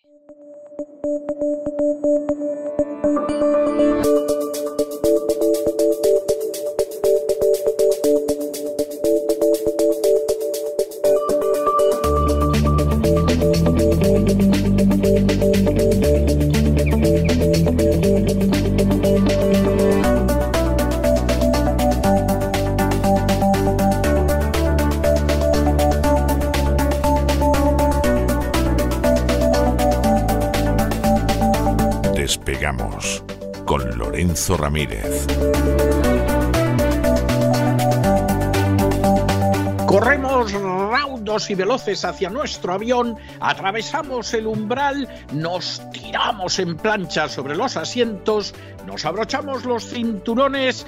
Despegamos con Lorenzo Ramírez. Corremos raudos y veloces hacia nuestro avión, atravesamos el umbral, nos tiramos en plancha sobre los asientos, nos abrochamos los cinturones,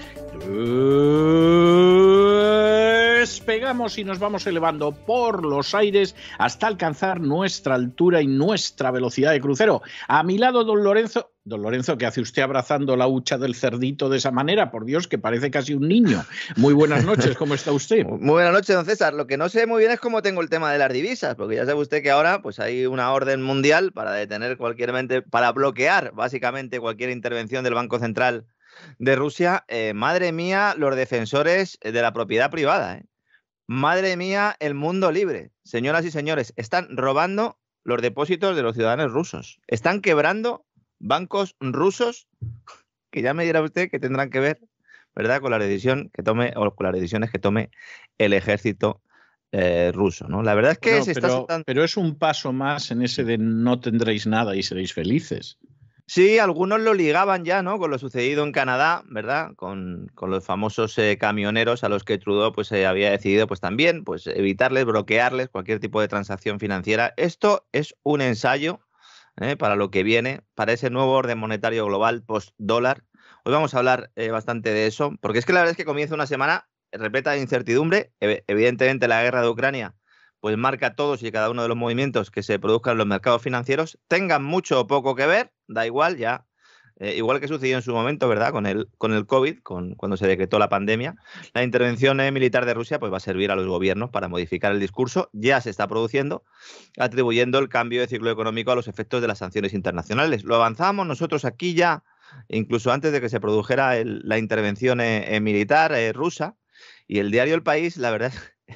despegamos y nos vamos elevando por los aires hasta alcanzar nuestra altura y nuestra velocidad de crucero. A mi lado, don Lorenzo. Don Lorenzo, ¿qué hace usted abrazando la hucha del cerdito de esa manera? Por Dios, que parece casi un niño. Muy buenas noches, ¿cómo está usted? Muy buenas noches, don César. Lo que no sé muy bien es cómo tengo el tema de las divisas, porque ya sabe usted que ahora pues hay una orden mundial para detener para bloquear básicamente cualquier intervención del Banco Central de Rusia. Madre mía, los defensores de la propiedad privada. Madre mía, el mundo libre. Señoras y señores, están robando los depósitos de los ciudadanos rusos. Están quebrando bancos rusos, que ya me dirá usted que tendrán que ver, ¿verdad?, con la decisión que tome o con las decisiones que tome el ejército ruso, ¿no? La verdad es que pero es un paso más en ese de no tendréis nada y seréis felices. Sí, algunos lo ligaban ya, ¿no?, con lo sucedido en Canadá, ¿verdad?, con los famosos camioneros a los que Trudeau pues había decidido pues también pues evitarles, bloquearles cualquier tipo de transacción financiera. Esto es un ensayo para lo que viene, para ese nuevo orden monetario global post-dólar. Hoy vamos a hablar bastante de eso, porque es que la verdad es que comienza una semana repleta de incertidumbre. Evidentemente la guerra de Ucrania pues marca todos y cada uno de los movimientos que se produzcan en los mercados financieros, tengan mucho o poco que ver, da igual ya. Igual que sucedió en su momento, ¿verdad?, con el COVID, cuando se decretó la pandemia, la intervención militar de Rusia pues va a servir a los gobiernos para modificar el discurso. Ya se está produciendo, atribuyendo el cambio de ciclo económico a los efectos de las sanciones internacionales. Lo avanzábamos nosotros aquí ya, incluso antes de que se produjera la intervención militar rusa, y el diario El País, la verdad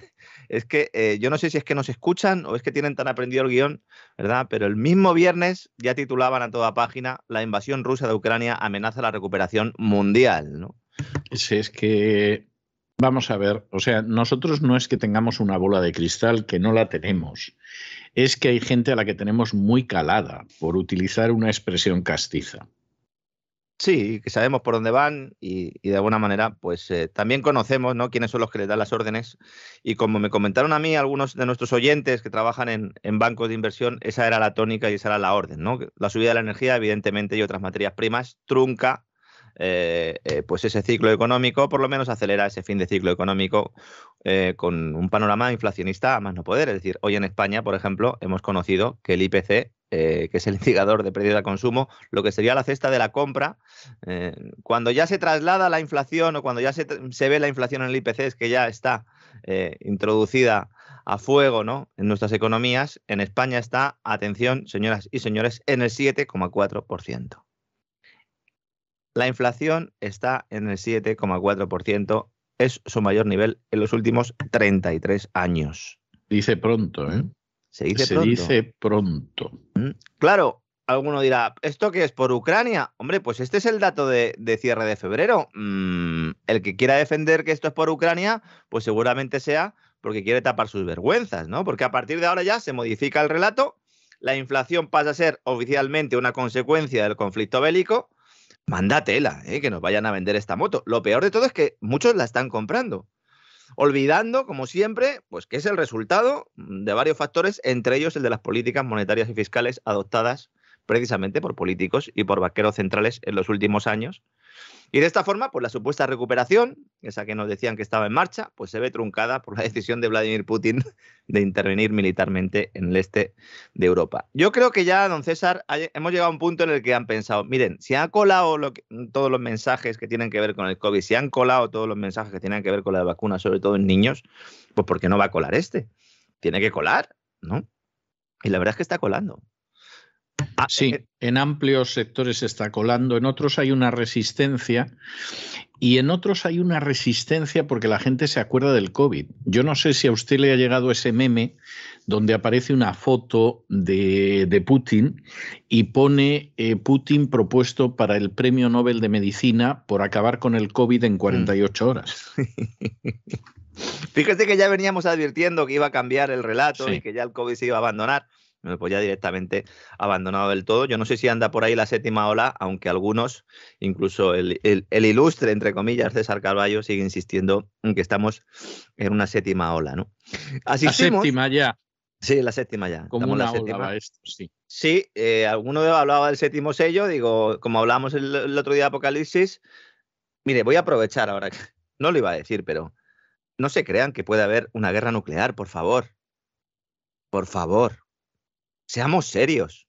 es que yo no sé si es que nos escuchan o es que tienen tan aprendido el guión, ¿verdad? Pero el mismo viernes ya titulaban a toda página: la invasión rusa de Ucrania amenaza la recuperación mundial, ¿no? Sí, es que, vamos a ver, o sea, nosotros no es que tengamos una bola de cristal, que no la tenemos. Es que hay gente a la que tenemos muy calada, por utilizar una expresión castiza. Sí, que sabemos por dónde van y de alguna manera pues también conocemos, ¿no?, quiénes son los que les dan las órdenes, y como me comentaron a mí algunos de nuestros oyentes que trabajan en bancos de inversión, esa era la tónica y esa era la orden, ¿no? La subida de la energía, evidentemente, y otras materias primas trunca pues ese ciclo económico, por lo menos acelera ese fin de ciclo económico con un panorama inflacionista a más no poder. Es decir, hoy en España, por ejemplo, hemos conocido que el IPC, que es el indicador de precios al consumo, lo que sería la cesta de la compra, cuando ya se traslada la inflación o cuando ya se ve la inflación en el IPC, es que ya está introducida a fuego, ¿no?, en nuestras economías. En España está, atención, señoras y señores, en el 7,4%. La inflación está en el 7,4%, es su mayor nivel en los últimos 33 años. Dice pronto, ¿eh? Se dice pronto. Claro, alguno dirá, ¿esto qué es, por Ucrania? Hombre, pues este es el dato de cierre de febrero. El que quiera defender que esto es por Ucrania, pues seguramente sea porque quiere tapar sus vergüenzas, ¿no? Porque a partir de ahora ya se modifica el relato, la inflación pasa a ser oficialmente una consecuencia del conflicto bélico. Manda tela, que nos vayan a vender esta moto. Lo peor de todo es que muchos la están comprando, olvidando, como siempre, pues que es el resultado de varios factores, entre ellos el de las políticas monetarias y fiscales adoptadas precisamente por políticos y por banqueros centrales en los últimos años. Y de esta forma, pues la supuesta recuperación, esa que nos decían que estaba en marcha, pues se ve truncada por la decisión de Vladimir Putin de intervenir militarmente en el este de Europa. Yo creo que ya, don César, hemos llegado a un punto en el que han pensado, miren, si han colado todos los mensajes que tienen que ver con el COVID, si han colado todos los mensajes que tienen que ver con la vacuna, sobre todo en niños, pues ¿por qué no va a colar este? Tiene que colar, ¿no? Y la verdad es que está colando. Sí, en amplios sectores se está colando, en otros hay una resistencia y en otros hay una resistencia porque la gente se acuerda del COVID. Yo no sé si a usted le ha llegado ese meme donde aparece una foto de Putin y pone Putin propuesto para el Premio Nobel de Medicina por acabar con el COVID en 48 horas. Fíjate que ya veníamos advirtiendo que iba a cambiar el relato Sí. y que ya el COVID se iba a abandonar. Bueno, pues ya directamente abandonado del todo. Yo no sé si anda por ahí la séptima ola, aunque algunos, incluso el ilustre, entre comillas, César Carballo, sigue insistiendo en que estamos en una séptima ola, ¿no? La séptima ya. Sí, la séptima ya. Como Estamos en una la ola séptima. va esto, sí. Sí, alguno hablaba del séptimo sello, digo, como hablábamos el otro día de Apocalipsis, mire, voy a aprovechar ahora, no lo iba a decir, pero no se crean que puede haber una guerra nuclear, por favor. Por favor. Seamos serios.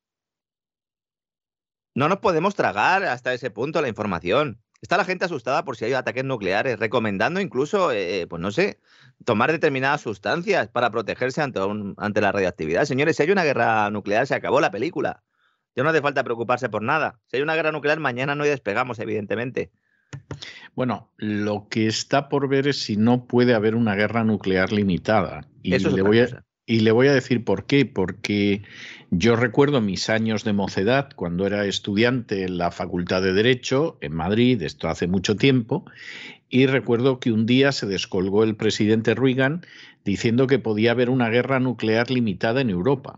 No nos podemos tragar hasta ese punto la información. Está la gente asustada por si hay ataques nucleares, recomendando incluso, pues no sé, tomar determinadas sustancias para protegerse ante la radiactividad. Señores, si hay una guerra nuclear, se acabó la película. Ya no hace falta preocuparse por nada. Si hay una guerra nuclear, mañana no despegamos, evidentemente. Bueno, lo que está por ver es si no puede haber una guerra nuclear limitada. Y Eso es le otra voy a, cosa. y le voy a decir por qué. Porque yo recuerdo mis años de mocedad cuando era estudiante en la Facultad de Derecho en Madrid, esto hace mucho tiempo, y recuerdo que un día se descolgó el presidente Reagan diciendo que podía haber una guerra nuclear limitada en Europa.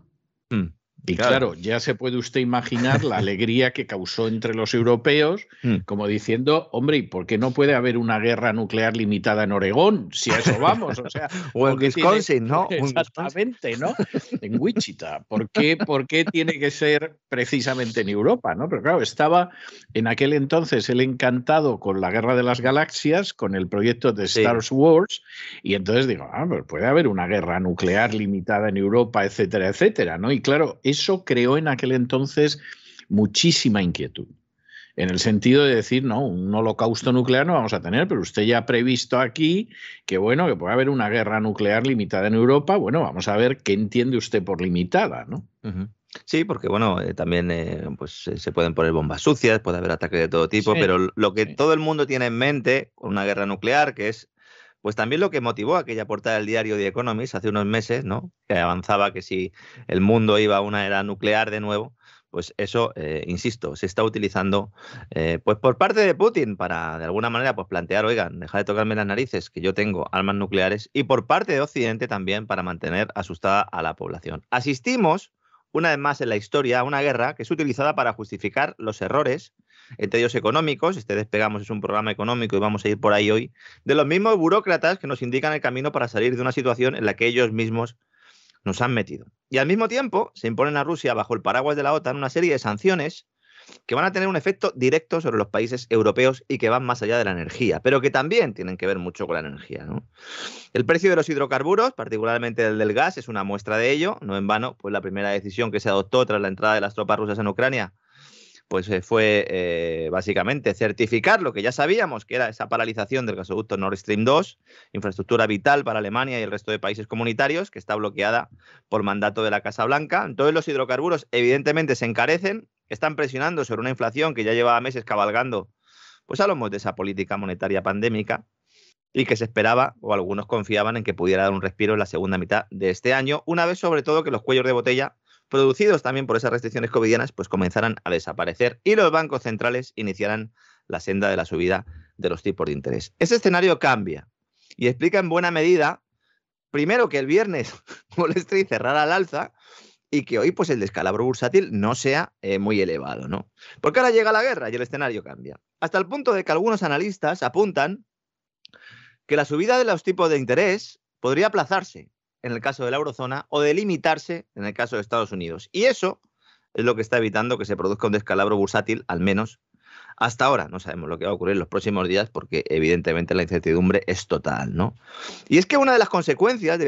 Y claro, ya se puede usted imaginar la alegría que causó entre los europeos, como diciendo, hombre, ¿y por qué no puede haber una guerra nuclear limitada en Oregón? Si a eso vamos, o sea, o en Wisconsin, ¿no? Exactamente, ¿no? En Wichita. ¿Por qué tiene que ser precisamente en Europa, ¿no? Pero claro, estaba en aquel entonces él encantado con la Guerra de las Galaxias, con el proyecto de Star Wars, y entonces digo, pues puede haber una guerra nuclear limitada en Europa, etcétera, etcétera, ¿no? Y claro, eso creó en aquel entonces muchísima inquietud. En el sentido de decir, no, un holocausto nuclear no vamos a tener, pero usted ya ha previsto aquí que, bueno, que puede haber una guerra nuclear limitada en Europa. Bueno, vamos a ver qué entiende usted por limitada, ¿no? Sí, porque, bueno, también pues, se pueden poner bombas sucias, puede haber ataques de todo tipo, pero lo que todo el mundo tiene en mente con una guerra nuclear, que es pues también lo que motivó aquella portada del diario The Economist hace unos meses, ¿no? Que avanzaba que si el mundo iba a una era nuclear de nuevo, pues eso, insisto, se está utilizando pues por parte de Putin para, de alguna manera, pues plantear, oigan, deja de tocarme las narices, que yo tengo armas nucleares, y por parte de Occidente también para mantener asustada a la población. Asistimos, una vez más en la historia, a una guerra que es utilizada para justificar los errores, entre ellos económicos. Este Despegamos es un programa económico y vamos a ir por ahí hoy, de los mismos burócratas que nos indican el camino para salir de una situación en la que ellos mismos nos han metido. Y al mismo tiempo se imponen a Rusia, bajo el paraguas de la OTAN, una serie de sanciones que van a tener un efecto directo sobre los países europeos y que van más allá de la energía, pero que también tienen que ver mucho con la energía, ¿no? El precio de los hidrocarburos, particularmente el del gas, es una muestra de ello. No en vano, pues la primera decisión que se adoptó tras la entrada de las tropas rusas en Ucrania pues fue básicamente certificar lo que ya sabíamos, que era esa paralización del gasoducto Nord Stream 2, infraestructura vital para Alemania y el resto de países comunitarios, que está bloqueada por mandato de la Casa Blanca. Entonces los hidrocarburos evidentemente se encarecen, están presionando sobre una inflación que ya llevaba meses cabalgando pues a lomos de esa política monetaria pandémica y que se esperaba, o algunos confiaban en que pudiera dar un respiro en la segunda mitad de este año, una vez sobre todo que los cuellos de botella producidos también por esas restricciones covidianas, pues comenzaran a desaparecer y los bancos centrales iniciaran la senda de la subida de los tipos de interés. Ese escenario cambia y explica en buena medida, primero, que el viernes Wall Street cerrara al alza y que hoy pues el descalabro bursátil no sea muy elevado, ¿no? Porque ahora llega la guerra y el escenario cambia. Hasta el punto de que algunos analistas apuntan que la subida de los tipos de interés podría aplazarse en el caso de la eurozona o delimitarse en el caso de Estados Unidos. Y eso es lo que está evitando que se produzca un descalabro bursátil, al menos hasta ahora. No sabemos lo que va a ocurrir en los próximos días porque evidentemente la incertidumbre es total, ¿no? Y es que una de las consecuencias de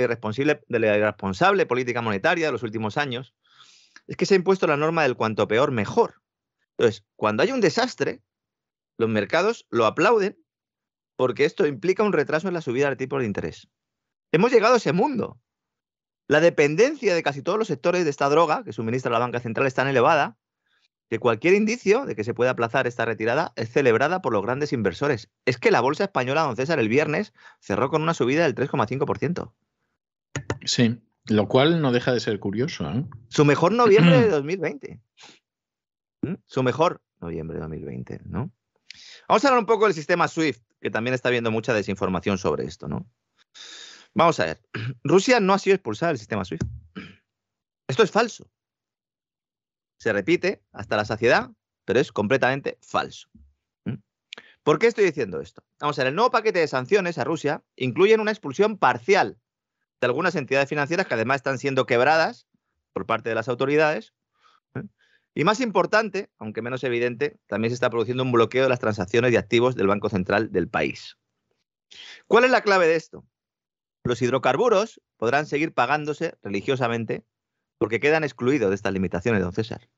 la irresponsable política monetaria de los últimos años es que se ha impuesto la norma del cuanto peor, mejor. Entonces, cuando hay un desastre, los mercados lo aplauden porque esto implica un retraso en la subida del tipo de interés. Hemos llegado a ese mundo. La dependencia de casi todos los sectores de esta droga que suministra la banca central es tan elevada que cualquier indicio de que se pueda aplazar esta retirada es celebrada por los grandes inversores. Es que la bolsa española, don César, el viernes cerró con una subida del 3,5%. Sí, lo cual no deja de ser curioso, ¿eh? Su mejor noviembre de 2020. Su mejor noviembre de 2020, ¿no? Vamos a hablar un poco del sistema SWIFT, que también está habiendo mucha desinformación sobre esto, ¿no? Vamos a ver. Rusia no ha sido expulsada del sistema SWIFT. Esto es falso. Se repite hasta la saciedad, pero es completamente falso. ¿Por qué estoy diciendo esto? Vamos a ver, el nuevo paquete de sanciones a Rusia incluye una expulsión parcial de algunas entidades financieras que además están siendo quebradas por parte de las autoridades. Y más importante, aunque menos evidente, también se está produciendo un bloqueo de las transacciones de activos del Banco Central del país. ¿Cuál es la clave de esto? Los hidrocarburos podrán seguir pagándose religiosamente porque quedan excluidos de estas limitaciones, don César.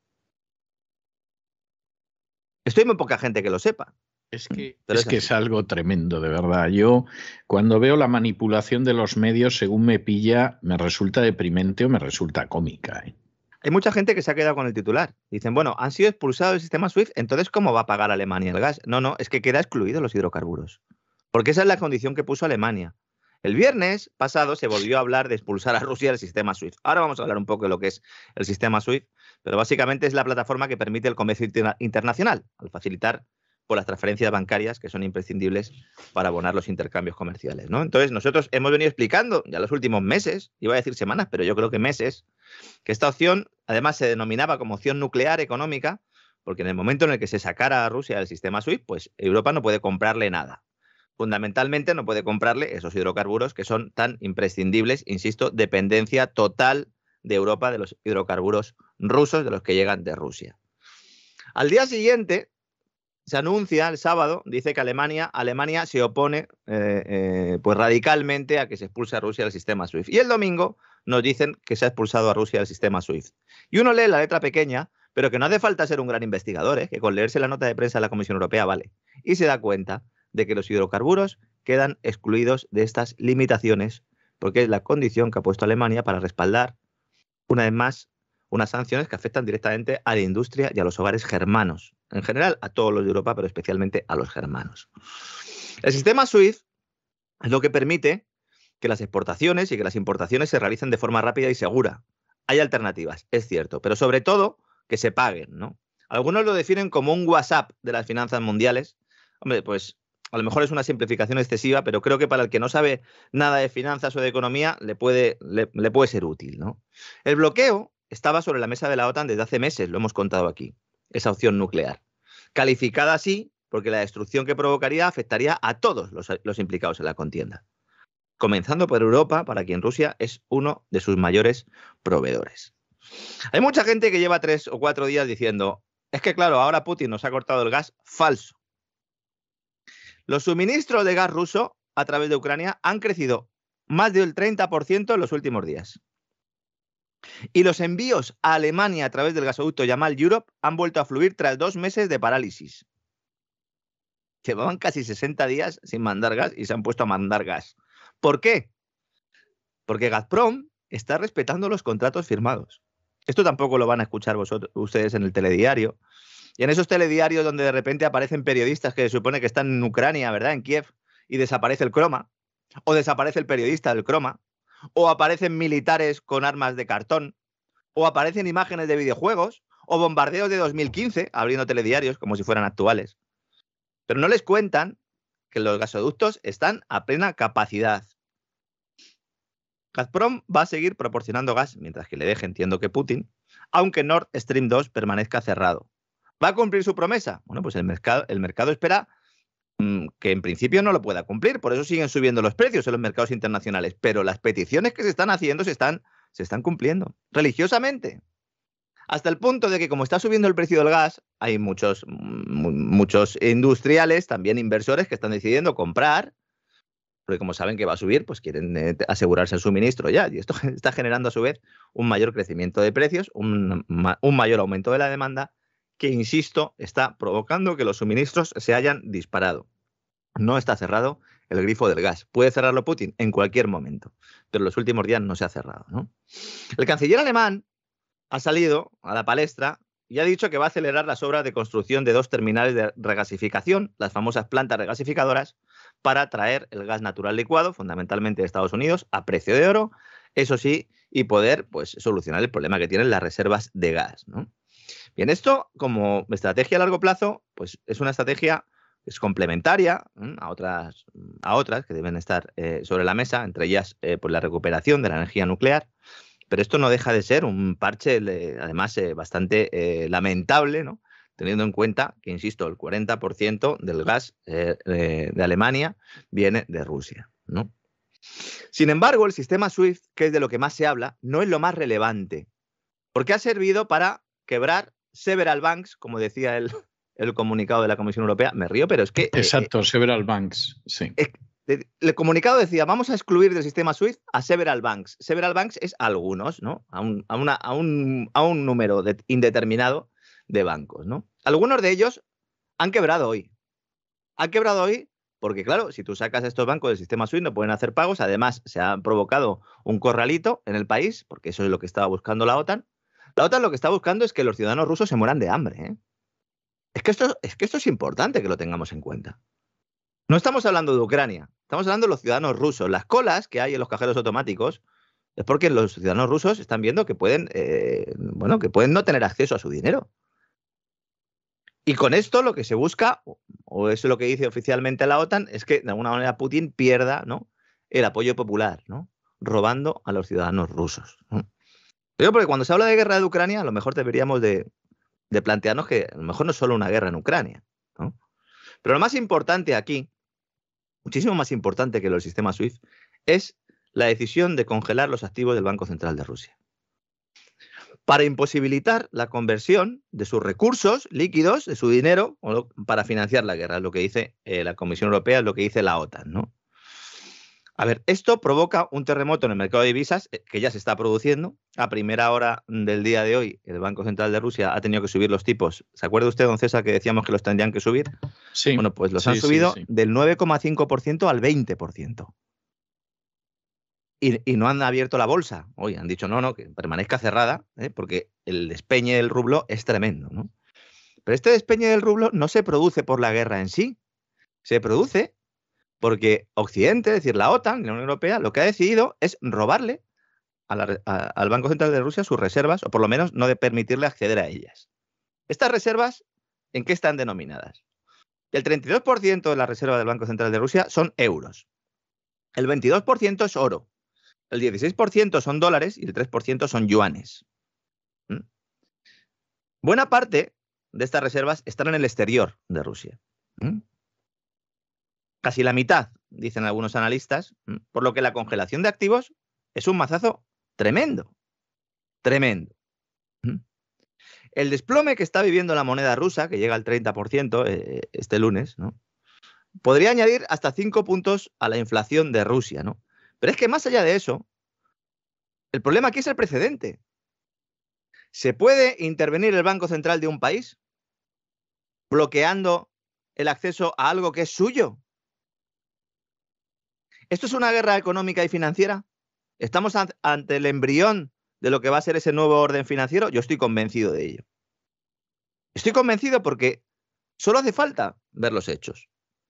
Esto hay muy poca gente que lo sepa. Es que es algo tremendo, de verdad. Yo, cuando veo la manipulación de los medios, según me pilla, me resulta deprimente o me resulta cómica, ¿eh? Hay mucha gente que se ha quedado con el titular. Dicen, bueno, han sido expulsados del sistema SWIFT, entonces ¿cómo va a pagar Alemania el gas? No, es que queda excluido los hidrocarburos. Porque esa es la condición que puso Alemania. El viernes pasado se volvió a hablar de expulsar a Rusia del sistema SWIFT. Ahora vamos a hablar un poco de lo que es el sistema SWIFT, pero básicamente es la plataforma que permite el comercio internacional, al facilitar por las transferencias bancarias que son imprescindibles para abonar los intercambios comerciales, ¿no? Entonces, nosotros hemos venido explicando ya los últimos meses, iba a decir semanas, pero yo creo que meses, que esta opción además se denominaba como opción nuclear económica, porque en el momento en el que se sacara a Rusia del sistema SWIFT, pues Europa no puede comprarle nada. Fundamentalmente no puede comprarle esos hidrocarburos que son tan imprescindibles, insisto, dependencia total de Europa de los hidrocarburos rusos, de los que llegan de Rusia. Al día siguiente se anuncia, el sábado, dice que Alemania se opone pues radicalmente a que se expulse a Rusia del sistema SWIFT. Y el domingo nos dicen que se ha expulsado a Rusia del sistema SWIFT. Y uno lee la letra pequeña, pero que no hace falta ser un gran investigador, que con leerse la nota de prensa de la Comisión Europea vale. Y se da cuenta de que los hidrocarburos quedan excluidos de estas limitaciones, porque es la condición que ha puesto Alemania para respaldar, una vez más, unas sanciones que afectan directamente a la industria y a los hogares germanos. En general, a todos los de Europa, pero especialmente a los germanos. El sistema SWIFT es lo que permite que las exportaciones y que las importaciones se realicen de forma rápida y segura. Hay alternativas, es cierto, pero sobre todo que se paguen, ¿no? Algunos lo definen como un WhatsApp de las finanzas mundiales. Hombre, pues a lo mejor es una simplificación excesiva, pero creo que para el que no sabe nada de finanzas o de economía le puede ser útil, ¿no? El bloqueo estaba sobre la mesa de la OTAN desde hace meses, lo hemos contado aquí, esa opción nuclear. Calificada así porque la destrucción que provocaría afectaría a todos los implicados en la contienda. Comenzando por Europa, para quien Rusia es uno de sus mayores proveedores. Hay mucha gente que lleva 3 o 4 días diciendo, es que claro, ahora Putin nos ha cortado el gas. Falso. Los suministros de gas ruso a través de Ucrania han crecido más del 30% en los últimos días. Y los envíos a Alemania a través del gasoducto Yamal Europe han vuelto a fluir tras 2 meses de parálisis. Llevaban casi 60 días sin mandar gas y se han puesto a mandar gas. ¿Por qué? Porque Gazprom está respetando los contratos firmados. Esto tampoco lo van a escuchar ustedes en el telediario. Y en esos telediarios donde de repente aparecen periodistas que se supone que están en Ucrania, ¿verdad? En Kiev, y desaparece el croma, o desaparece el periodista del croma, o aparecen militares con armas de cartón, o aparecen imágenes de videojuegos, o bombardeos de 2015 abriendo telediarios como si fueran actuales. Pero no les cuentan que los gasoductos están a plena capacidad. Gazprom va a seguir proporcionando gas, mientras que le deje, entiendo que Putin, aunque Nord Stream 2 permanezca cerrado. ¿Va a cumplir su promesa? Bueno, pues el mercado espera que en principio no lo pueda cumplir, por eso siguen subiendo los precios en los mercados internacionales, pero las peticiones que se están haciendo se están cumpliendo religiosamente. Hasta el punto de que, como está subiendo el precio del gas, hay muchos industriales, también inversores, que están decidiendo comprar, porque como saben que va a subir, pues quieren asegurarse el suministro ya. Y esto está generando a su vez un mayor crecimiento de precios, un mayor aumento de la demanda, que, insisto, está provocando que los suministros se hayan disparado. No está cerrado el grifo del gas. Puede cerrarlo Putin en cualquier momento, pero en los últimos días no se ha cerrado, ¿no? El canciller alemán ha salido a la palestra y ha dicho que va a acelerar las obras de construcción de 2 terminales de regasificación, las famosas plantas regasificadoras, para traer el gas natural licuado, fundamentalmente de Estados Unidos, a precio de oro, eso sí, y poder pues, solucionar el problema que tienen las reservas de gas, ¿no? Bien, esto como estrategia a largo plazo, pues es una estrategia que es complementaria a otras que deben estar sobre la mesa, entre ellas pues la recuperación de la energía nuclear. Pero esto no deja de ser un parche, además, bastante lamentable, ¿no? Teniendo en cuenta que, insisto, el 40% del gas de Alemania viene de Rusia, ¿no? Sin embargo, el sistema SWIFT, que es de lo que más se habla, no es lo más relevante, porque ha servido para quebrar several banks, como decía el comunicado de la Comisión Europea. Me río, pero es que... Exacto, several banks, sí. El comunicado decía, vamos a excluir del sistema SWIFT a several banks. Several banks es algunos, ¿no? A un número indeterminado de bancos, ¿no? Algunos de ellos han quebrado hoy. Han quebrado hoy porque, claro, si tú sacas a estos bancos del sistema SWIFT no pueden hacer pagos. Además, se ha provocado un corralito en el país, porque eso es lo que estaba buscando la OTAN. La OTAN lo que está buscando es que los ciudadanos rusos se mueran de hambre, ¿eh? Es que esto es importante que lo tengamos en cuenta. No estamos hablando de Ucrania, estamos hablando de los ciudadanos rusos. Las colas que hay en los cajeros automáticos es porque los ciudadanos rusos están viendo que pueden, que pueden no tener acceso a su dinero. Y con esto lo que se busca, o eso es lo que dice oficialmente la OTAN, es que de alguna manera Putin pierda, ¿no?, el apoyo popular, ¿no?, robando a los ciudadanos rusos, ¿no? Pero porque cuando se habla de guerra de Ucrania, a lo mejor deberíamos de plantearnos que a lo mejor no es solo una guerra en Ucrania, ¿no? Pero lo más importante aquí, muchísimo más importante que los sistemas SWIFT, es la decisión de congelar los activos del Banco Central de Rusia, para imposibilitar la conversión de sus recursos líquidos, de su dinero, para financiar la guerra. Es lo que dice la Comisión Europea, es lo que dice la OTAN, ¿no? A ver, esto provoca un terremoto en el mercado de divisas que ya se está produciendo. A primera hora del día de hoy, el Banco Central de Rusia ha tenido que subir los tipos. ¿Se acuerda usted, don César, que decíamos que los tendrían que subir? Sí. Bueno, pues los han subido del 9,5% al 20%. Y no han abierto la bolsa. Hoy han dicho no, que permanezca cerrada, porque el despeñe del rublo es tremendo, ¿no? Pero este despeñe del rublo no se produce por la guerra en sí. Se produce porque Occidente, es decir, la OTAN, la Unión Europea, lo que ha decidido es robarle al Banco Central de Rusia sus reservas, o por lo menos no de permitirle acceder a ellas. Estas reservas, ¿en qué están denominadas? El 32% de la reserva del Banco Central de Rusia son euros. El 22% es oro. El 16% son dólares y el 3% son yuanes. Buena parte de estas reservas están en el exterior de Rusia. Casi la mitad, dicen algunos analistas, por lo que la congelación de activos es un mazazo tremendo. Tremendo. El desplome que está viviendo la moneda rusa, que llega al 30% este lunes, ¿no?, podría añadir hasta 5 puntos a la inflación de Rusia, ¿no? Pero es que más allá de eso, el problema aquí es el precedente. ¿Se puede intervenir el Banco Central de un país bloqueando el acceso a algo que es suyo? ¿Esto es una guerra económica y financiera? ¿Estamos ante el embrión de lo que va a ser ese nuevo orden financiero? Yo estoy convencido de ello. Estoy convencido porque solo hace falta ver los hechos.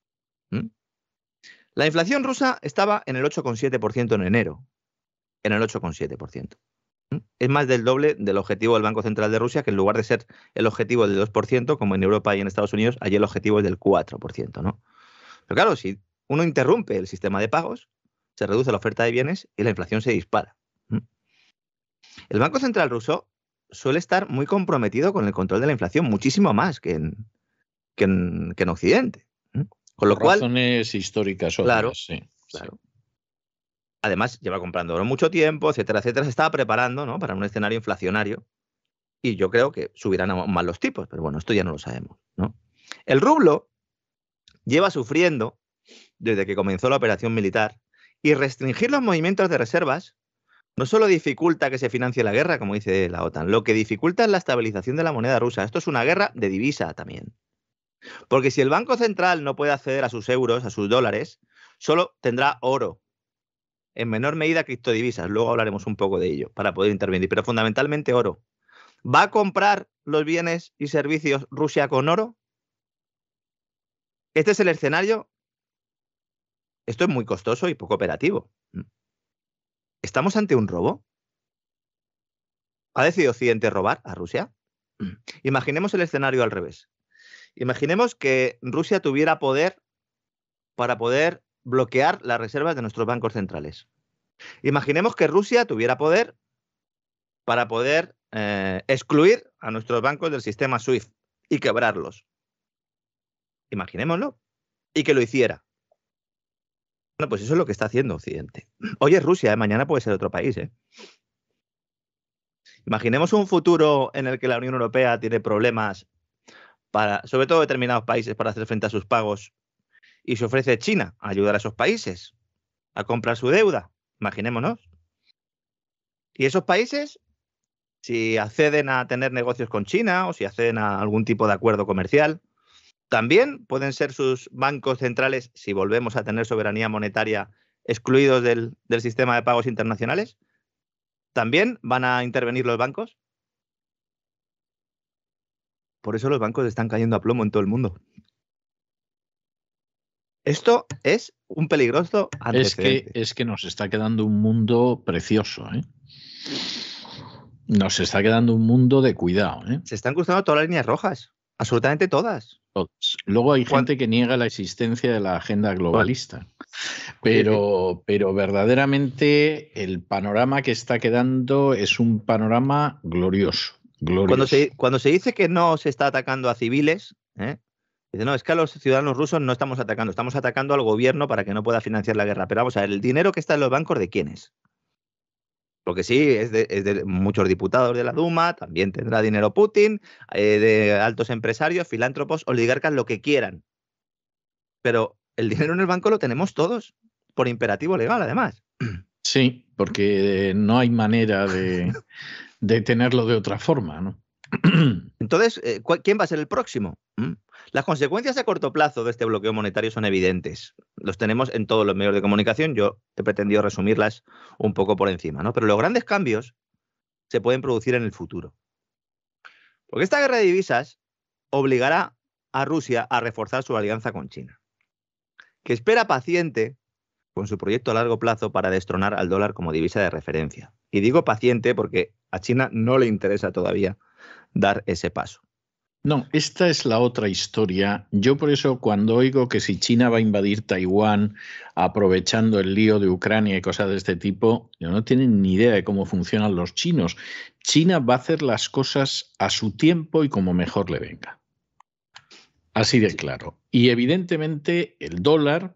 La inflación rusa estaba en el 8,7% en enero. En el 8,7%. Es más del doble del objetivo del Banco Central de Rusia, que en lugar de ser el objetivo del 2%, como en Europa y en Estados Unidos, allí el objetivo es del 4%, ¿no? Pero claro, si uno interrumpe el sistema de pagos, se reduce la oferta de bienes y la inflación se dispara. El Banco Central ruso suele estar muy comprometido con el control de la inflación, muchísimo más que en Occidente. Con lo cual, razones históricas obvias, claro, sí. Claro. Además, lleva comprando oro mucho tiempo, etcétera, etcétera. Se estaba preparando, ¿no?, para un escenario inflacionario. Y yo creo que subirán aún más los tipos. Pero bueno, esto ya no lo sabemos, ¿no? El rublo lleva sufriendo desde que comenzó la operación militar. Y restringir los movimientos de reservas no solo dificulta que se financie la guerra, como dice la OTAN, lo que dificulta es la estabilización de la moneda rusa. Esto es una guerra de divisa también. Porque si el Banco Central no puede acceder a sus euros, a sus dólares, solo tendrá oro. En menor medida criptodivisas, luego hablaremos un poco de ello para poder intervenir, pero fundamentalmente oro. ¿Va a comprar los bienes y servicios Rusia con oro? ¿Este es el escenario? Esto es muy costoso y poco operativo. ¿Estamos ante un robo? ¿Ha decidido Occidente robar a Rusia? Imaginemos el escenario al revés. Imaginemos que Rusia tuviera poder para poder bloquear las reservas de nuestros bancos centrales. Imaginemos que Rusia tuviera poder para poder excluir a nuestros bancos del sistema SWIFT y quebrarlos. Imaginémoslo. Y que lo hiciera. Bueno, pues eso es lo que está haciendo Occidente. Hoy es Rusia, mañana puede ser otro país. Imaginemos un futuro en el que la Unión Europea tiene problemas para, sobre todo determinados países, para hacer frente a sus pagos y se ofrece China a ayudar a esos países a comprar su deuda. Imaginémonos. Y esos países, si acceden a tener negocios con China o si acceden a algún tipo de acuerdo comercial, también pueden ser sus bancos centrales, si volvemos a tener soberanía monetaria, excluidos del sistema de pagos internacionales. ¿También van a intervenir los bancos? Por eso los bancos están cayendo a plomo en todo el mundo. Esto es un peligroso antecedente. Es que nos está quedando un mundo precioso, ¿eh? Nos está quedando un mundo de cuidado, ¿eh? Se están cruzando todas las líneas rojas. Absolutamente todas. Luego hay gente que niega la existencia de la agenda globalista. Pero verdaderamente el panorama que está quedando es un panorama glorioso. Cuando se dice que no se está atacando a civiles, dice, no, es que a los ciudadanos rusos no estamos atacando al gobierno para que no pueda financiar la guerra. Pero vamos a ver, ¿el dinero que está en los bancos de quién es? Porque sí, es de muchos diputados de la Duma, también tendrá dinero Putin, de altos empresarios, filántropos, oligarcas, lo que quieran. Pero el dinero en el banco lo tenemos todos, por imperativo legal, además. Sí, porque no hay manera de tenerlo de otra forma, ¿no? Entonces, ¿quién va a ser el próximo? Las consecuencias a corto plazo de este bloqueo monetario son evidentes. Los tenemos en todos los medios de comunicación. Yo he pretendido resumirlas un poco por encima, ¿no? Pero los grandes cambios se pueden producir en el futuro. Porque esta guerra de divisas obligará a Rusia a reforzar su alianza con China, que espera paciente con su proyecto a largo plazo para destronar al dólar como divisa de referencia. Y digo paciente porque a China no le interesa todavía dar ese paso. No, esta es la otra historia. Yo por eso cuando oigo que si China va a invadir Taiwán aprovechando el lío de Ucrania y cosas de este tipo, yo no tienen ni idea de cómo funcionan los chinos. China va a hacer las cosas a su tiempo y como mejor le venga. Así de claro. Y evidentemente el dólar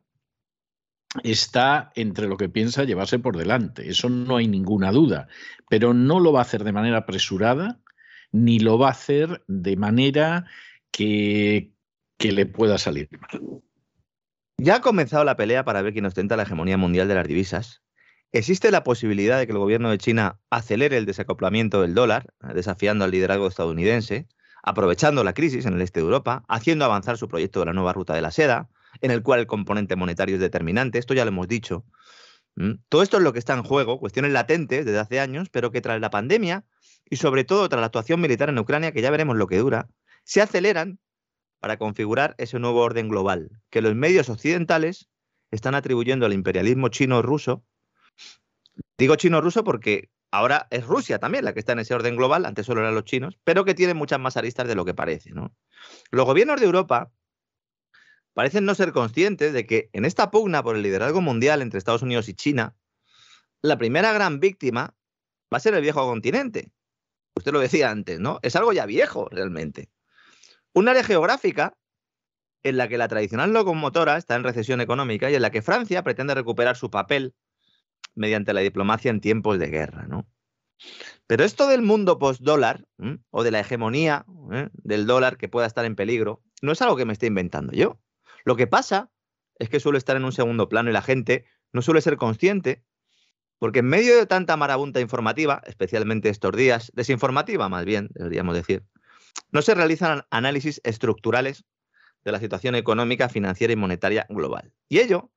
está entre lo que piensa llevarse por delante. Eso no hay ninguna duda. Pero no lo va a hacer de manera apresurada, ni lo va a hacer de manera que le pueda salir mal. Ya ha comenzado la pelea para ver quién ostenta la hegemonía mundial de las divisas. Existe la posibilidad de que el gobierno de China acelere el desacoplamiento del dólar, desafiando al liderazgo estadounidense, aprovechando la crisis en el este de Europa, haciendo avanzar su proyecto de la nueva ruta de la seda, en el cual el componente monetario es determinante. Esto ya lo hemos dicho. Todo esto es lo que está en juego, cuestiones latentes desde hace años, pero que tras la pandemia y sobre todo tras la actuación militar en Ucrania, que ya veremos lo que dura, se aceleran para configurar ese nuevo orden global que los medios occidentales están atribuyendo al imperialismo chino-ruso. Digo chino-ruso porque ahora es Rusia también la que está en ese orden global, antes solo eran los chinos, pero que tiene muchas más aristas de lo que parece, ¿no? Los gobiernos de Europa parecen no ser conscientes de que en esta pugna por el liderazgo mundial entre Estados Unidos y China, la primera gran víctima va a ser el viejo continente. Usted lo decía antes, ¿no? Es algo ya viejo, realmente. Un área geográfica en la que la tradicional locomotora está en recesión económica y en la que Francia pretende recuperar su papel mediante la diplomacia en tiempos de guerra, ¿no? Pero esto del mundo post-dólar, o de la hegemonía del dólar que pueda estar en peligro, no es algo que me esté inventando yo. Lo que pasa es que suele estar en un segundo plano y la gente no suele ser consciente, porque en medio de tanta marabunta informativa, especialmente estos días, desinformativa más bien, deberíamos decir, no se realizan análisis estructurales de la situación económica, financiera y monetaria global. Y ello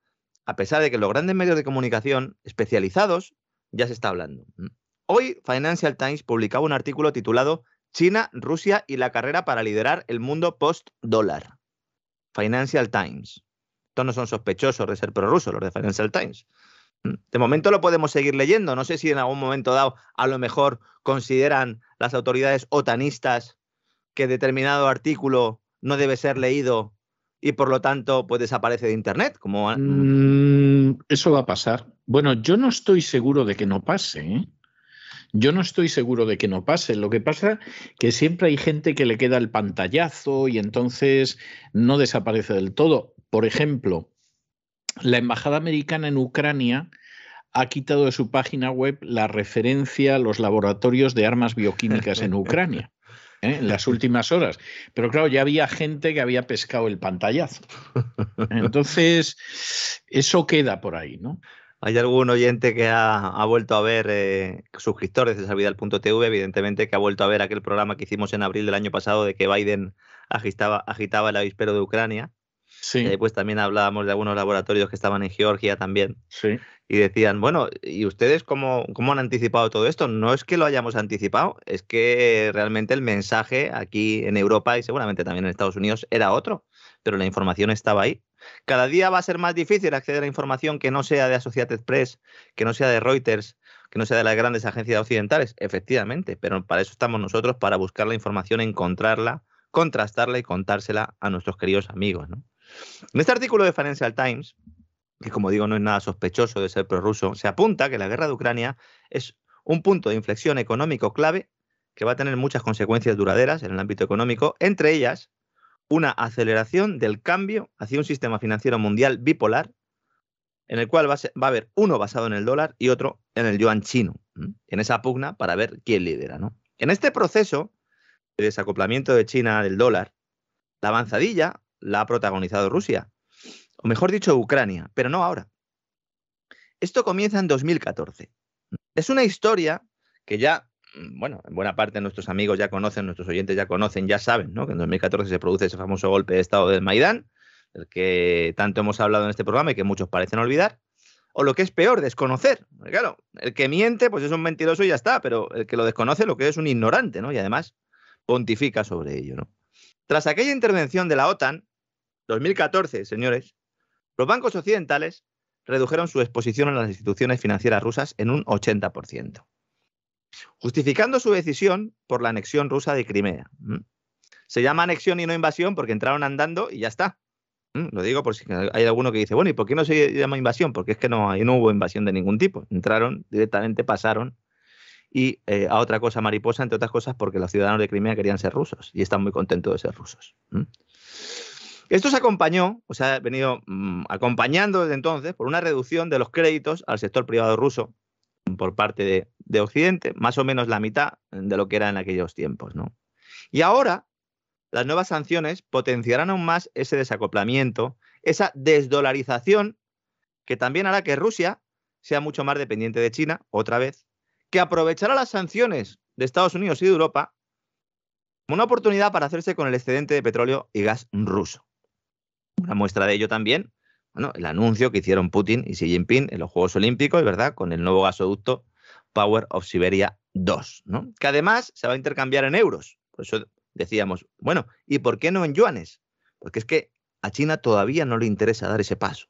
a pesar de que los grandes medios de comunicación especializados ya se está hablando. Hoy Financial Times publicaba un artículo titulado China, Rusia y la carrera para liderar el mundo post-dólar. Financial Times. Estos no son sospechosos de ser prorrusos, los de Financial Times. De momento lo podemos seguir leyendo. No sé si en algún momento dado a lo mejor consideran las autoridades otanistas que determinado artículo no debe ser leído y por lo tanto pues desaparece de Internet. Como... Eso va a pasar. Bueno, yo no estoy seguro de que no pase, ¿eh? Yo no estoy seguro de que no pase. Lo que pasa es que siempre hay gente que le queda el pantallazo y entonces no desaparece del todo. Por ejemplo, la embajada americana en Ucrania ha quitado de su página web la referencia a los laboratorios de armas bioquímicas en Ucrania, en las últimas horas. Pero claro, ya había gente que había pescado el pantallazo. Entonces, eso queda por ahí, ¿no? Hay algún oyente que ha vuelto a ver, suscriptor de cesarvidal.tv, evidentemente, que ha vuelto a ver aquel programa que hicimos en abril del año pasado de que Biden agitaba el avispero de Ucrania. Sí. Y ahí pues también hablábamos de algunos laboratorios que estaban en Georgia también. Sí. Y decían, bueno, ¿y ustedes cómo han anticipado todo esto? No es que lo hayamos anticipado, es que realmente el mensaje aquí en Europa y seguramente también en Estados Unidos era otro, pero la información estaba ahí. Cada día va a ser más difícil acceder a información que no sea de Associated Press, que no sea de Reuters, que no sea de las grandes agencias occidentales, efectivamente, pero para eso estamos nosotros, para buscar la información, encontrarla, contrastarla y contársela a nuestros queridos amigos, ¿no? En este artículo de Financial Times, que como digo no es nada sospechoso de ser prorruso, se apunta que la guerra de Ucrania es un punto de inflexión económico clave que va a tener muchas consecuencias duraderas en el ámbito económico, entre ellas una aceleración del cambio hacia un sistema financiero mundial bipolar, en el cual va a haber uno basado en el dólar y otro en el yuan chino, en esa pugna para ver quién lidera, ¿no? En este proceso de desacoplamiento de China del dólar, la avanzadilla la ha protagonizado Rusia, o mejor dicho, Ucrania, pero no ahora. Esto comienza en 2014. Es una historia que ya, bueno, en buena parte nuestros amigos ya conocen, nuestros oyentes ya conocen, ya saben, ¿no? Que en 2014 se produce ese famoso golpe de Estado del Maidán, del que tanto hemos hablado en este programa y que muchos parecen olvidar, o lo que es peor, desconocer. Porque claro, el que miente pues es un mentiroso y ya está, pero el que lo desconoce lo que es un ignorante, ¿no? Y además pontifica sobre ello, ¿no? Tras aquella intervención de la OTAN, 2014, señores, los bancos occidentales redujeron su exposición a las instituciones financieras rusas en un 80%, justificando su decisión por la anexión rusa de Crimea. Se llama anexión y no invasión porque entraron andando y ya está. Lo digo por si hay alguno que dice, bueno, ¿y por qué no se llama invasión? Porque es que no hubo invasión de ningún tipo. Entraron, directamente pasaron y a otra cosa mariposa, entre otras cosas porque los ciudadanos de Crimea querían ser rusos y están muy contentos de ser rusos. Esto se acompañó, o sea, ha venido acompañando desde entonces por una reducción de los créditos al sector privado ruso por parte de Occidente, más o menos la mitad de lo que era en aquellos tiempos, ¿no? Y ahora las nuevas sanciones potenciarán aún más ese desacoplamiento, esa desdolarización que también hará que Rusia sea mucho más dependiente de China, otra vez, que aprovechará las sanciones de Estados Unidos y de Europa como una oportunidad para hacerse con el excedente de petróleo y gas ruso. Una muestra de ello también, bueno, el anuncio que hicieron Putin y Xi Jinping en los Juegos Olímpicos, ¿verdad? Con el nuevo gasoducto Power of Siberia 2, ¿no? Que además se va a intercambiar en euros. Por eso decíamos, bueno, ¿y por qué no en yuanes? Porque es que a China todavía no le interesa dar ese paso.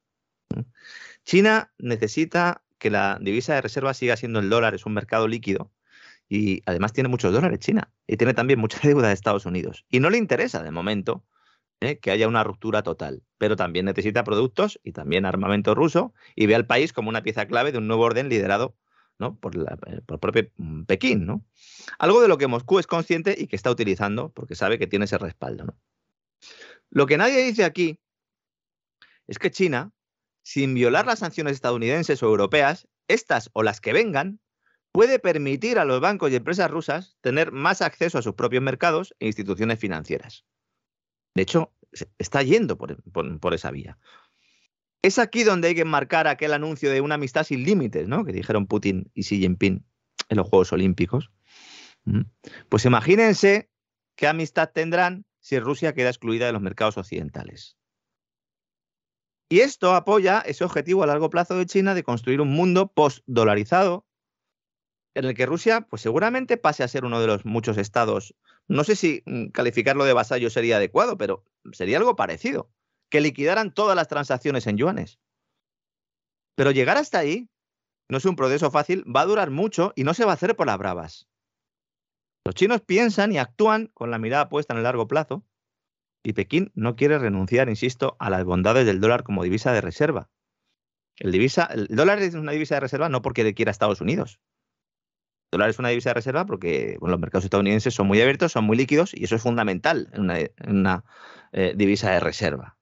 China necesita que la divisa de reserva siga siendo el dólar, es un mercado líquido y además tiene muchos dólares China y tiene también mucha deuda de Estados Unidos y no le interesa de momento que haya una ruptura total, pero también necesita productos y también armamento ruso y ve al país como una pieza clave de un nuevo orden liderado, ¿no? por propio Pekín, ¿no? Algo de lo que Moscú es consciente y que está utilizando porque sabe que tiene ese respaldo, ¿no? Lo que nadie dice aquí es que China, sin violar las sanciones estadounidenses o europeas, estas o las que vengan, puede permitir a los bancos y empresas rusas tener más acceso a sus propios mercados e instituciones financieras. De hecho, está yendo por esa vía. Es aquí donde hay que enmarcar aquel anuncio de una amistad sin límites, ¿no? Que dijeron Putin y Xi Jinping en los Juegos Olímpicos. Pues imagínense qué amistad tendrán si Rusia queda excluida de los mercados occidentales. Y esto apoya ese objetivo a largo plazo de China de construir un mundo post-dolarizado en el que Rusia, pues seguramente pase a ser uno de los muchos estados. No sé si calificarlo de vasallo sería adecuado, pero sería algo parecido, que liquidaran todas las transacciones en yuanes. Pero llegar hasta ahí no es un proceso fácil, va a durar mucho y no se va a hacer por las bravas. Los chinos piensan y actúan con la mirada puesta en el largo plazo y Pekín no quiere renunciar, insisto, a las bondades del dólar como divisa de reserva. El dólar es una divisa de reserva no porque le quiera a Estados Unidos. El dólar es una divisa de reserva porque los mercados estadounidenses son muy abiertos, son muy líquidos y eso es fundamental en una divisa de reserva.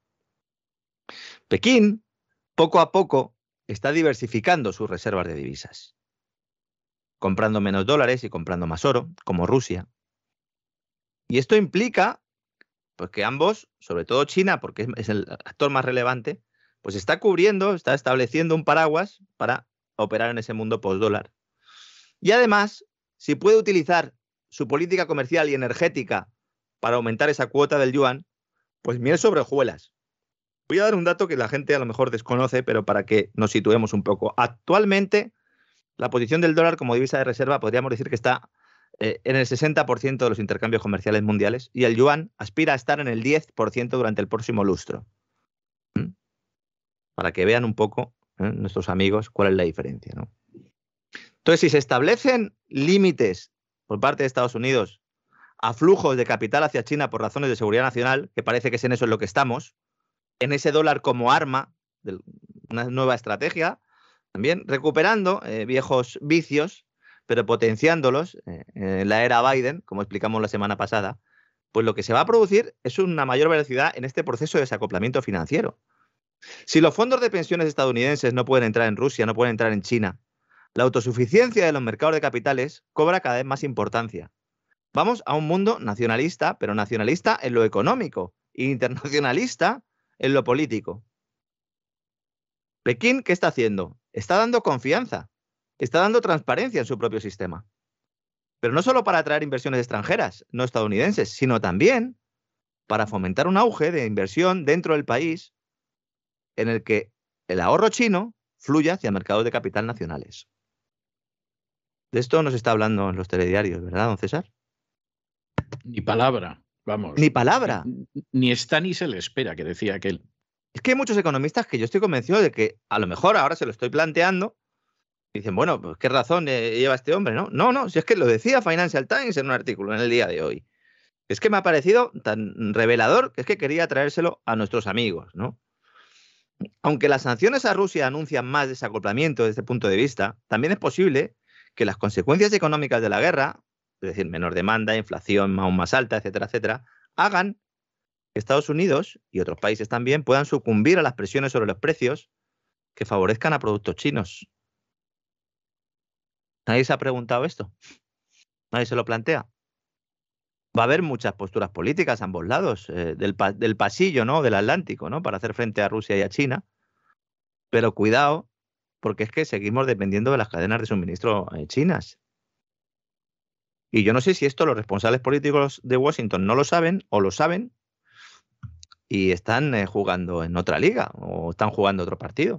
Pekín, poco a poco, está diversificando sus reservas de divisas, comprando menos dólares y comprando más oro, como Rusia. Y esto implica pues, que ambos, sobre todo China, porque es el actor más relevante, pues está estableciendo un paraguas para operar en ese mundo post-dólar. Y además, si puede utilizar su política comercial y energética para aumentar esa cuota del yuan, pues miel sobre hojuelas. Voy a dar un dato que la gente a lo mejor desconoce, pero para que nos situemos un poco. Actualmente, la posición del dólar como divisa de reserva podríamos decir que está en el 60% de los intercambios comerciales mundiales y el yuan aspira a estar en el 10% durante el próximo lustro. Para que vean un poco nuestros amigos cuál es la diferencia, ¿no? Entonces, si se establecen límites por parte de Estados Unidos a flujos de capital hacia China por razones de seguridad nacional, que parece que es en eso en lo que estamos, en ese dólar como arma, de una nueva estrategia, también recuperando viejos vicios, pero potenciándolos en la era Biden, como explicamos la semana pasada, pues lo que se va a producir es una mayor velocidad en este proceso de desacoplamiento financiero. Si los fondos de pensiones estadounidenses no pueden entrar en Rusia, no pueden entrar en China, la autosuficiencia de los mercados de capitales cobra cada vez más importancia. Vamos a un mundo nacionalista, pero nacionalista en lo económico e internacionalista en lo político. Pekín, ¿qué está haciendo? Está dando confianza, está dando transparencia en su propio sistema. Pero no solo para atraer inversiones extranjeras, no estadounidenses, sino también para fomentar un auge de inversión dentro del país en el que el ahorro chino fluya hacia mercados de capital nacionales. De esto nos está hablando en los telediarios, ¿verdad, don César? Ni palabra, vamos. Ni palabra. Ni está ni se le espera, que decía aquel. Es que hay muchos economistas que yo estoy convencido de que a lo mejor ahora se lo estoy planteando y dicen, bueno, pues qué razón lleva este hombre, ¿no? No, si es que lo decía Financial Times en un artículo en el día de hoy. Es que me ha parecido tan revelador que es que quería traérselo a nuestros amigos, ¿no? Aunque las sanciones a Rusia anuncian más desacoplamiento desde este punto de vista, también es posible que las consecuencias económicas de la guerra, es decir, menor demanda, inflación aún más alta, etcétera, etcétera, hagan que Estados Unidos y otros países también puedan sucumbir a las presiones sobre los precios que favorezcan a productos chinos. ¿Nadie se ha preguntado esto? ¿Nadie se lo plantea? Va a haber muchas posturas políticas a ambos lados del pasillo, ¿no? Del Atlántico, ¿no? Para hacer frente a Rusia y a China. Pero cuidado, porque es que seguimos dependiendo de las cadenas de suministro chinas. Y yo no sé si esto los responsables políticos de Washington no lo saben o lo saben y están jugando en otra liga o están jugando otro partido.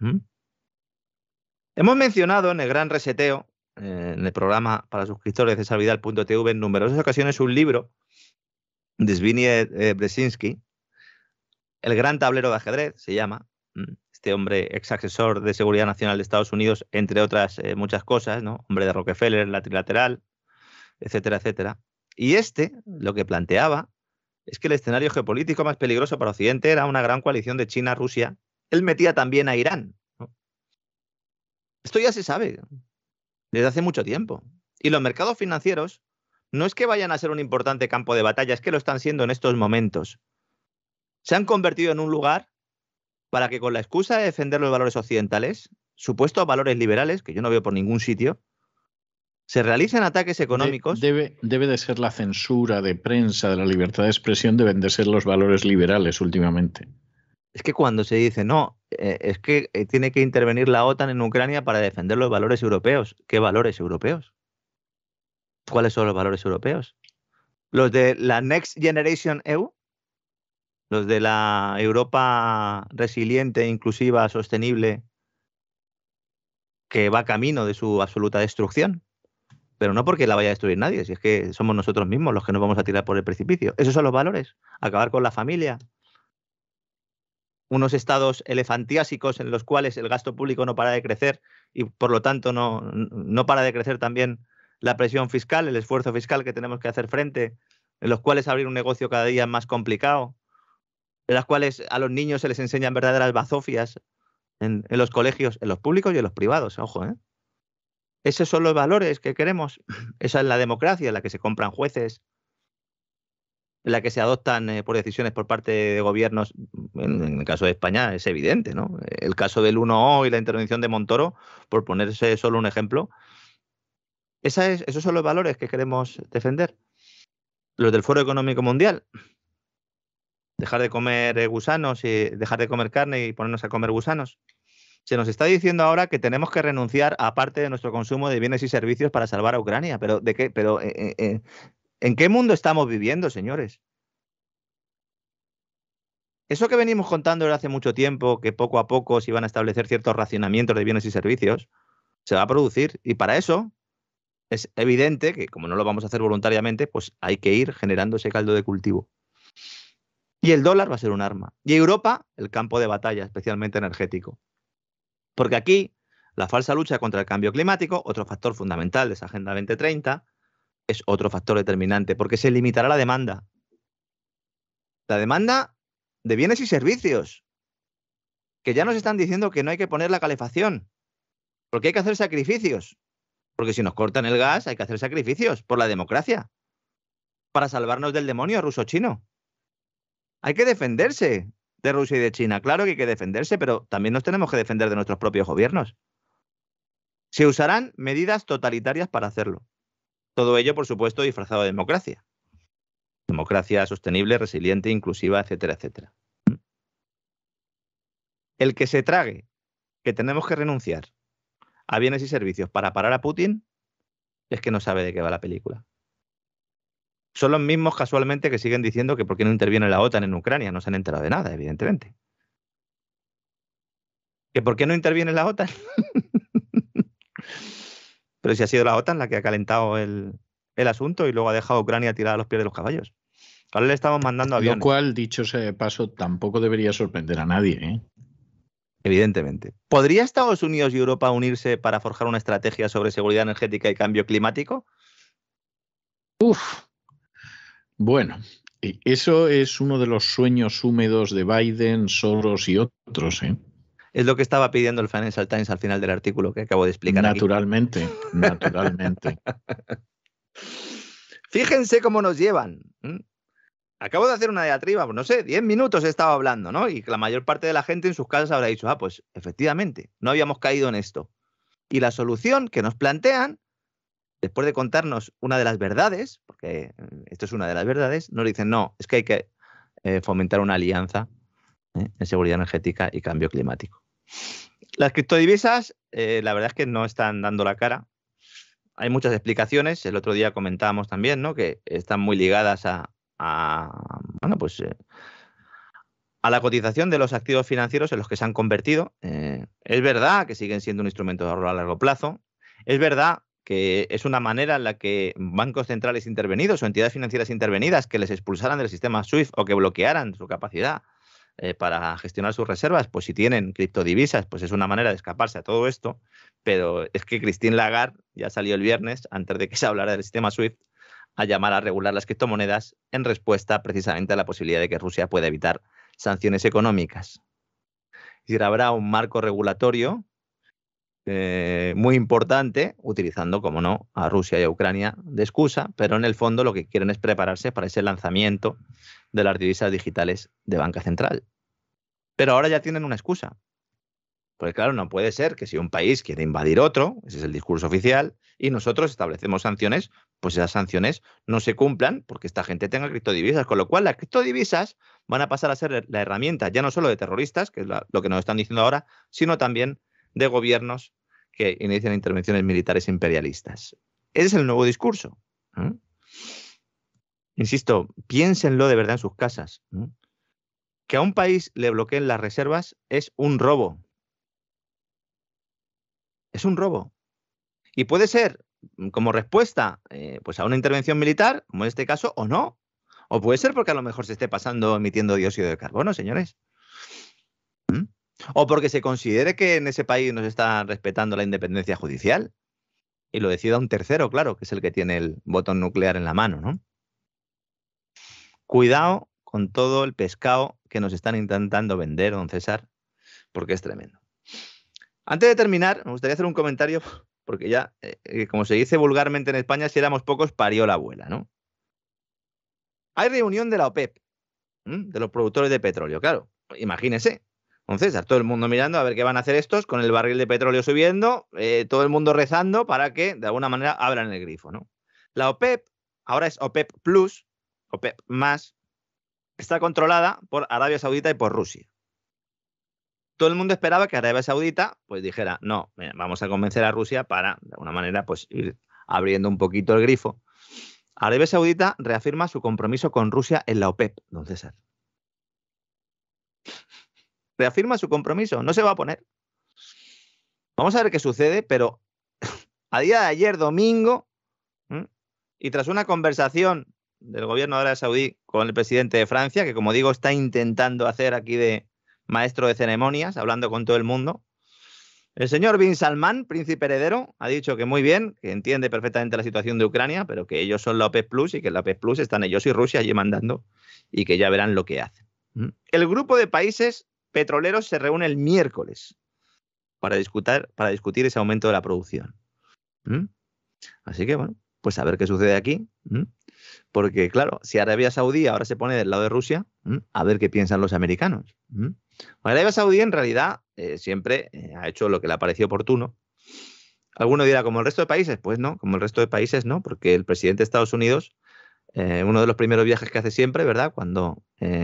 Hemos mencionado en el Gran Reseteo, en el programa para suscriptores de cesarvidal.tv, en numerosas ocasiones un libro de Zbigniew Brzezinski, El Gran Tablero de Ajedrez, se llama. Este hombre, ex asesor de Seguridad Nacional de Estados Unidos, entre otras muchas cosas, ¿no? Hombre de Rockefeller, la trilateral, etcétera, etcétera. Y lo que planteaba es que el escenario geopolítico más peligroso para Occidente era una gran coalición de China, Rusia. Él metía también a Irán, ¿no? Esto ya se sabe desde hace mucho tiempo. Y los mercados financieros no es que vayan a ser un importante campo de batalla, es que lo están siendo en estos momentos. Se han convertido en un lugar para que con la excusa de defender los valores occidentales, supuestos valores liberales, que yo no veo por ningún sitio, se realicen ataques económicos. Debe de ser la censura de prensa, de la libertad de expresión, deben de ser los valores liberales últimamente. Es que cuando se dice, no, es que tiene que intervenir la OTAN en Ucrania para defender los valores europeos. ¿Qué valores europeos? ¿Cuáles son los valores europeos? ¿Los de la Next Generation EU? los de la Europa resiliente, inclusiva, sostenible, que va camino de su absoluta destrucción. Pero no porque la vaya a destruir nadie, si es que somos nosotros mismos los que nos vamos a tirar por el precipicio. Esos son los valores. Acabar con la familia. Unos estados elefantiásicos en los cuales el gasto público no para de crecer y por lo tanto no para de crecer también la presión fiscal, el esfuerzo fiscal que tenemos que hacer frente, en los cuales abrir un negocio cada día es más complicado, en las cuales a los niños se les enseñan verdaderas bazofias en los colegios, en los públicos y en los privados, ojo, ¿eh? Esos son los valores que queremos. Esa es la democracia en la que se compran jueces, en la que se adoptan por decisiones por parte de gobiernos. En el caso de España es evidente, ¿no? El caso del 1O y la intervención de Montoro, por ponerse solo un ejemplo. Esos son los valores que queremos defender. Los del Foro Económico Mundial. Dejar de comer gusanos y dejar de comer carne y ponernos a comer gusanos. Se nos está diciendo ahora que tenemos que renunciar a parte de nuestro consumo de bienes y servicios para salvar a Ucrania. ¿Pero de qué? ¿En qué mundo estamos viviendo, señores? Eso que venimos contando desde hace mucho tiempo, que poco a poco se iban a establecer ciertos racionamientos de bienes y servicios, se va a producir. Y para eso es evidente que, como no lo vamos a hacer voluntariamente, pues hay que ir generando ese caldo de cultivo. Y el dólar va a ser un arma. Y Europa, el campo de batalla, especialmente energético. Porque aquí, la falsa lucha contra el cambio climático, otro factor fundamental de esa Agenda 2030, es otro factor determinante, porque se limitará la demanda. La demanda de bienes y servicios, que ya nos están diciendo que no hay que poner la calefacción, porque hay que hacer sacrificios. Porque si nos cortan el gas, hay que hacer sacrificios por la democracia, para salvarnos del demonio ruso-chino. Hay que defenderse de Rusia y de China. Claro que hay que defenderse, pero también nos tenemos que defender de nuestros propios gobiernos. Se usarán medidas totalitarias para hacerlo. Todo ello, por supuesto, disfrazado de democracia. Democracia sostenible, resiliente, inclusiva, etcétera, etcétera. El que se trague que tenemos que renunciar a bienes y servicios para parar a Putin es que no sabe de qué va la película. Son los mismos, casualmente, que siguen diciendo que por qué no interviene la OTAN en Ucrania. No se han enterado de nada, evidentemente. ¿Que por qué no interviene la OTAN? Pero si ha sido la OTAN la que ha calentado el asunto y luego ha dejado a Ucrania tirada a los pies de los caballos. Ahora le estamos mandando aviones. Lo cual, dicho sea de paso, tampoco debería sorprender a nadie, ¿eh? Evidentemente. ¿Podría Estados Unidos y Europa unirse para forjar una estrategia sobre seguridad energética y cambio climático? Bueno, eso es uno de los sueños húmedos de Biden, Soros y otros, ¿eh? Es lo que estaba pidiendo el Financial Times al final del artículo que acabo de explicar. Naturalmente, aquí. Naturalmente. Fíjense cómo nos llevan. Acabo de hacer una diatriba, no sé, 10 minutos he estado hablando, ¿no? Y la mayor parte de la gente en sus casas habrá dicho, pues efectivamente, no habíamos caído en esto. Y la solución que nos plantean, después de contarnos una de las verdades, porque esto es una de las verdades, nos dicen, no, es que hay que fomentar una alianza en seguridad energética y cambio climático. Las criptodivisas, la verdad es que no están dando la cara. Hay muchas explicaciones. El otro día comentábamos también, ¿no?, que están muy ligadas a la cotización de los activos financieros en los que se han convertido. Es verdad que siguen siendo un instrumento de ahorro a largo plazo. Es verdad que es una manera en la que bancos centrales intervenidos o entidades financieras intervenidas que les expulsaran del sistema SWIFT o que bloquearan su capacidad para gestionar sus reservas, pues si tienen criptodivisas, pues es una manera de escaparse a todo esto. Pero es que Christine Lagarde ya salió el viernes, antes de que se hablara del sistema SWIFT, a llamar a regular las criptomonedas en respuesta precisamente a la posibilidad de que Rusia pueda evitar sanciones económicas. Es decir, habrá un marco regulatorio muy importante, utilizando, como no, a Rusia y a Ucrania de excusa, pero en el fondo lo que quieren es prepararse para ese lanzamiento de las divisas digitales de banca central. Pero ahora ya tienen una excusa. Porque claro, no puede ser que si un país quiere invadir otro, ese es el discurso oficial, y nosotros establecemos sanciones, pues esas sanciones no se cumplan porque esta gente tenga criptodivisas. Con lo cual, las criptodivisas van a pasar a ser la herramienta ya no solo de terroristas, que es lo que nos están diciendo ahora, sino también de gobiernos que inician intervenciones militares imperialistas. Ese es el nuevo discurso. Insisto, piénsenlo de verdad en sus casas. que a un país le bloqueen las reservas es un robo. Es un robo. Y puede ser como respuesta pues a una intervención militar, como en este caso, o no. O puede ser porque a lo mejor se esté pasando emitiendo dióxido de carbono, señores. O porque se considere que en ese país no se está respetando la independencia judicial. Y lo decida un tercero, claro, que es el que tiene el botón nuclear en la mano, ¿no? Cuidado con todo el pescado que nos están intentando vender, don César, porque es tremendo. Antes de terminar, me gustaría hacer un comentario, porque ya, como se dice vulgarmente en España, si éramos pocos, parió la abuela, ¿no? Hay reunión de la OPEP, de los productores de petróleo, claro. Imagínese, don César, todo el mundo mirando a ver qué van a hacer estos, con el barril de petróleo subiendo, todo el mundo rezando para que, de alguna manera, abran el grifo, ¿no? La OPEP, ahora es OPEP Plus, OPEP más, está controlada por Arabia Saudita y por Rusia. Todo el mundo esperaba que Arabia Saudita pues dijera, no, mira, vamos a convencer a Rusia para, de alguna manera, pues ir abriendo un poquito el grifo. Arabia Saudita reafirma su compromiso con Rusia en la OPEP, don César. Reafirma su compromiso, no se va a poner. Vamos a ver qué sucede, pero a día de ayer, domingo, y tras una conversación del gobierno de Arabia Saudí con el presidente de Francia, que como digo está intentando hacer aquí de maestro de ceremonias, hablando con todo el mundo, el señor Bin Salman, príncipe heredero, ha dicho que muy bien, que entiende perfectamente la situación de Ucrania, pero que ellos son la OPEP Plus y que en la OPEP Plus están ellos y Rusia allí mandando y que ya verán lo que hacen. El grupo de países petroleros se reúne el miércoles para discutir ese aumento de la producción. Así que, bueno, pues a ver qué sucede aquí. Porque, claro, si Arabia Saudí ahora se pone del lado de Rusia, a ver qué piensan los americanos. Arabia Saudí, en realidad, siempre ha hecho lo que le ha parecido oportuno. Alguno dirá, ¿como el resto de países? Pues no, como el resto de países no, porque el presidente de Estados Unidos, uno de los primeros viajes que hace siempre, ¿verdad? Cuando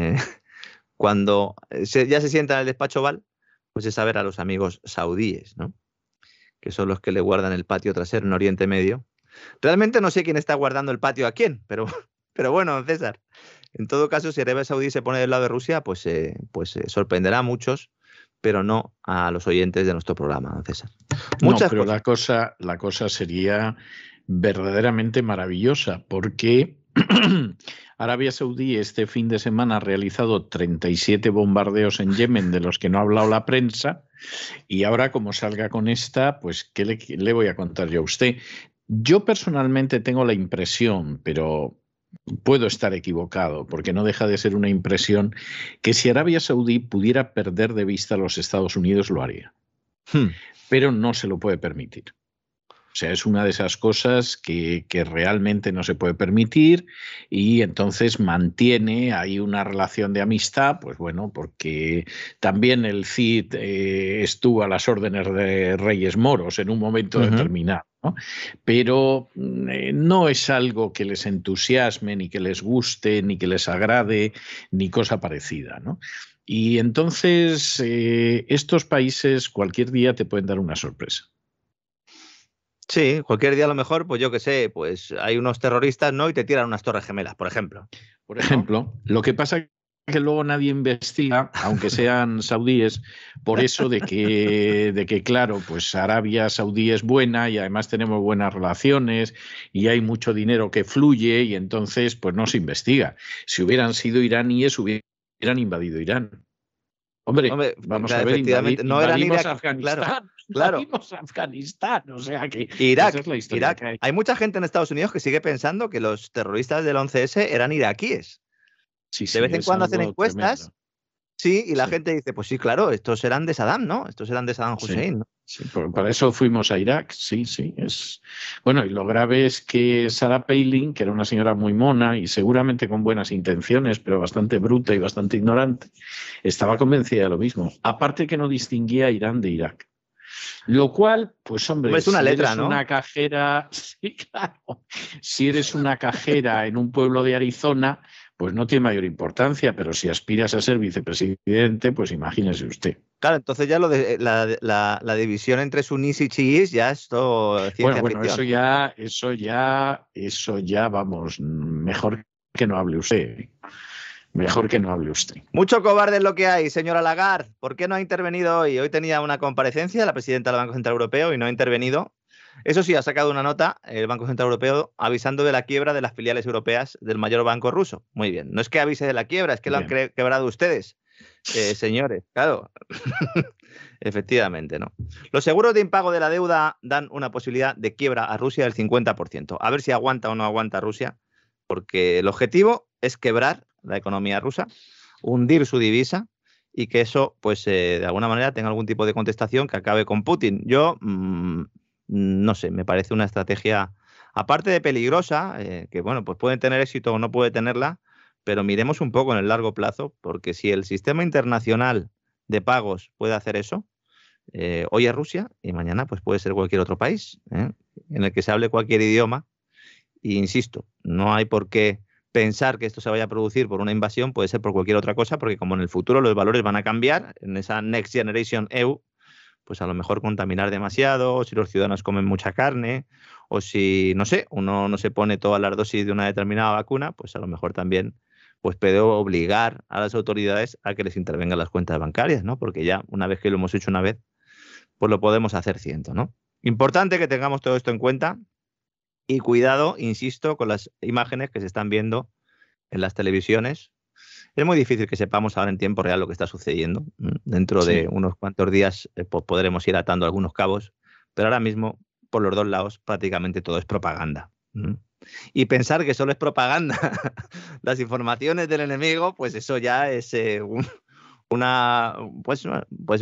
ya se sienta en el despacho Oval, pues es a ver a los amigos saudíes, ¿no? Que son los que le guardan el patio trasero en Oriente Medio. Realmente no sé quién está guardando el patio a quién, pero bueno, César, en todo caso, si Arabia Saudí se pone del lado de Rusia, pues sorprenderá a muchos, pero no a los oyentes de nuestro programa, don César. Muchas pero la cosa sería verdaderamente maravillosa, porque Arabia Saudí este fin de semana ha realizado 37 bombardeos en Yemen, de los que no ha hablado la prensa, y ahora como salga con esta, pues ¿qué le voy a contar yo a usted? Yo personalmente tengo la impresión, pero puedo estar equivocado, porque no deja de ser una impresión, que si Arabia Saudí pudiera perder de vista a los Estados Unidos, lo haría. Pero no se lo puede permitir. O sea, es una de esas cosas que realmente no se puede permitir, y entonces mantiene ahí una relación de amistad, pues bueno, porque también el Cid estuvo a las órdenes de Reyes Moros en un momento determinado, ¿no? Pero no es algo que les entusiasme, ni que les guste, ni que les agrade, ni cosa parecida, ¿no? Y entonces estos países cualquier día te pueden dar una sorpresa. Sí, cualquier día a lo mejor, pues yo qué sé, pues hay unos terroristas, ¿no? Y te tiran unas torres gemelas, por ejemplo. Por ejemplo, lo que pasa es que luego nadie investiga, aunque sean saudíes, por eso de que claro, pues Arabia Saudí es buena y además tenemos buenas relaciones y hay mucho dinero que fluye, y entonces pues no se investiga. Si hubieran sido iraníes, hubieran invadido Irán. Hombre, vamos a ver, no eran Irak, Afganistán. Claro. Afganistán, o sea que Irak, esa es la historia Irak. Que hay. Hay mucha gente en Estados Unidos que sigue pensando que los terroristas del 11S eran iraquíes. Sí, de vez en cuando hacen encuestas, tremendo. Sí, y la gente dice, pues sí, claro, estos eran de Saddam, ¿no? Estos eran de Saddam Hussein, ¿no? Sí, para eso fuimos a Irak, sí. Bueno, y lo grave es que Sarah Palin, que era una señora muy mona y seguramente con buenas intenciones, pero bastante bruta y bastante ignorante, estaba convencida de lo mismo. Aparte que no distinguía a Irán de Irak. Lo cual, pues hombre, es una letra, eres ¿no? una cajera, sí, claro. Si eres una cajera en un pueblo de Arizona, pues no tiene mayor importancia, pero si aspiras a ser vicepresidente, pues imagínese usted. Claro, entonces ya lo de la división entre sunís y chiíes ya es todo ciencia ficción. Eso ya, vamos, mejor que no hable usted. Mejor que no hable usted. Mucho cobarde es lo que hay, señora Lagarde. ¿Por qué no ha intervenido hoy? Hoy tenía una comparecencia la presidenta del Banco Central Europeo y no ha intervenido. Eso sí, ha sacado una nota el Banco Central Europeo avisando de la quiebra de las filiales europeas del mayor banco ruso. Muy bien. No es que avise de la quiebra, es que lo han quebrado ustedes, señores. Claro. Efectivamente, ¿no? Los seguros de impago de la deuda dan una posibilidad de quiebra a Rusia del 50%. A ver si aguanta o no aguanta Rusia, porque el objetivo es quebrar la economía rusa, hundir su divisa y que eso, pues, de alguna manera tenga algún tipo de contestación que acabe con Putin. Yo, no sé, me parece una estrategia, aparte de peligrosa, que, bueno, pues puede tener éxito o no puede tenerla, pero miremos un poco en el largo plazo, porque si el sistema internacional de pagos puede hacer eso, hoy es Rusia y mañana pues puede ser cualquier otro país, en el que se hable cualquier idioma. Y insisto, no hay por qué pensar que esto se vaya a producir por una invasión, puede ser por cualquier otra cosa, porque como en el futuro los valores van a cambiar, en esa Next Generation EU, pues a lo mejor contaminar demasiado, o si los ciudadanos comen mucha carne, o si, no sé, uno no se pone todas las dosis de una determinada vacuna, pues a lo mejor también pues puede obligar a las autoridades a que les intervengan las cuentas bancarias, ¿no? Porque ya una vez que lo hemos hecho una vez, pues lo podemos hacer 100, ¿no? Importante que tengamos todo esto en cuenta y cuidado, insisto, con las imágenes que se están viendo en las televisiones. Es muy difícil que sepamos ahora en tiempo real lo que está sucediendo. Dentro de unos cuantos días pues podremos ir atando algunos cabos, pero ahora mismo, por los dos lados, prácticamente todo es propaganda. Y pensar que solo es propaganda las informaciones del enemigo, pues eso ya es pues